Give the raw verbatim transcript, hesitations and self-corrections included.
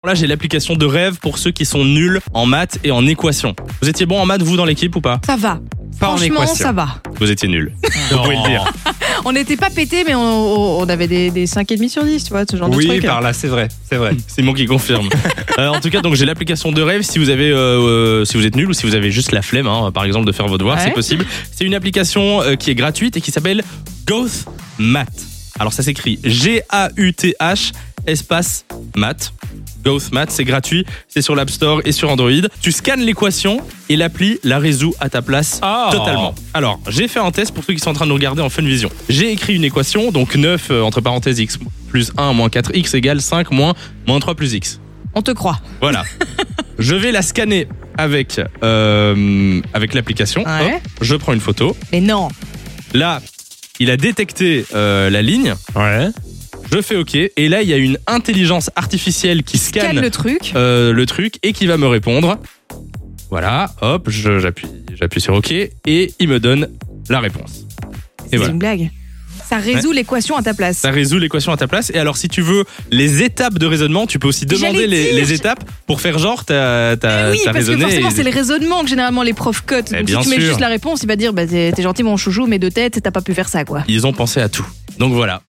Là, j'ai l'application de rêve pour ceux qui sont nuls en maths et en équation. Vous étiez bon en maths, vous, dans l'équipe ou pas? Ça va. Pas en Franchement, équation. ça va. Vous étiez nuls. Vous pouvez le dire. On n'était pas pétés, mais on, on avait des, des cinq virgule cinq sur dix, tu vois, ce genre Oui, de truc. par là, c'est vrai, c'est vrai. Simon qui confirme. Euh, en tout cas, donc j'ai l'application de rêve. Si vous avez, euh, euh, si vous êtes nul ou si vous avez juste la flemme, hein, par exemple, de faire vos devoirs, Ouais. c'est possible. C'est une application euh, qui est gratuite et qui s'appelle Gauth Math. Alors ça s'écrit G A U T H espace Math. Gauth Math, c'est gratuit, c'est sur l'App Store et sur Android. Tu scannes l'équation et l'appli la résout à ta place Oh. totalement. Alors, j'ai fait un test pour ceux qui sont en train de nous regarder en Funvision. J'ai écrit une équation, donc neuf euh, entre parenthèses x plus un moins quatre x égale cinq moins moins trois plus x. On te croit. Voilà. Je vais la scanner avec, euh, avec l'application. Ouais. Hop, je prends une photo. Mais non. Là, il a détecté euh, la ligne. Ouais. Je fais OK. Et là, il y a une intelligence artificielle qui scanne, Scanne le truc. euh, le truc et qui va me répondre. Voilà, hop, je- j'appuie, j'appuie sur OK et il me donne la réponse. Et C'est voilà. une blague. Ça résout l'équation à ta place. Ça résout l'équation à ta place. Et alors, si tu veux les étapes de raisonnement, tu peux aussi demander J'allais les, dire, les je- étapes pour faire genre t'as, t'as, Eh oui, t'as parce que raisonné. forcément, et- c'est les raisonnements que généralement les profs cotent. Eh Donc bien si tu mets sûr. juste la réponse, il va dire bah, t'es t'es gentil, mon chouchou, mais de tête, t'as pas pu faire ça, quoi. Ils ont pensé à tout. Donc voilà.